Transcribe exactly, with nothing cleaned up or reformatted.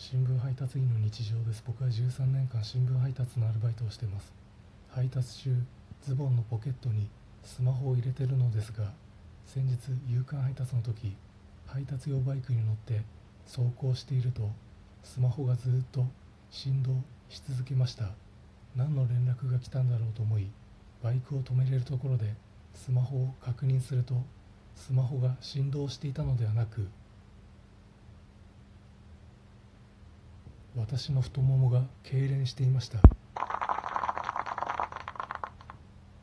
新聞配達員の日常です。僕はじゅうさんねんかん新聞配達のアルバイトをしています。配達中、ズボンのポケットにスマホを入れているのですが、先日夕刊配達の時、配達用バイクに乗って走行していると、スマホがずっと振動し続けました。何の連絡が来たんだろうと思い、バイクを止めれるところでスマホを確認すると、スマホが振動していたのではなく、私の太ももが痙攣していました。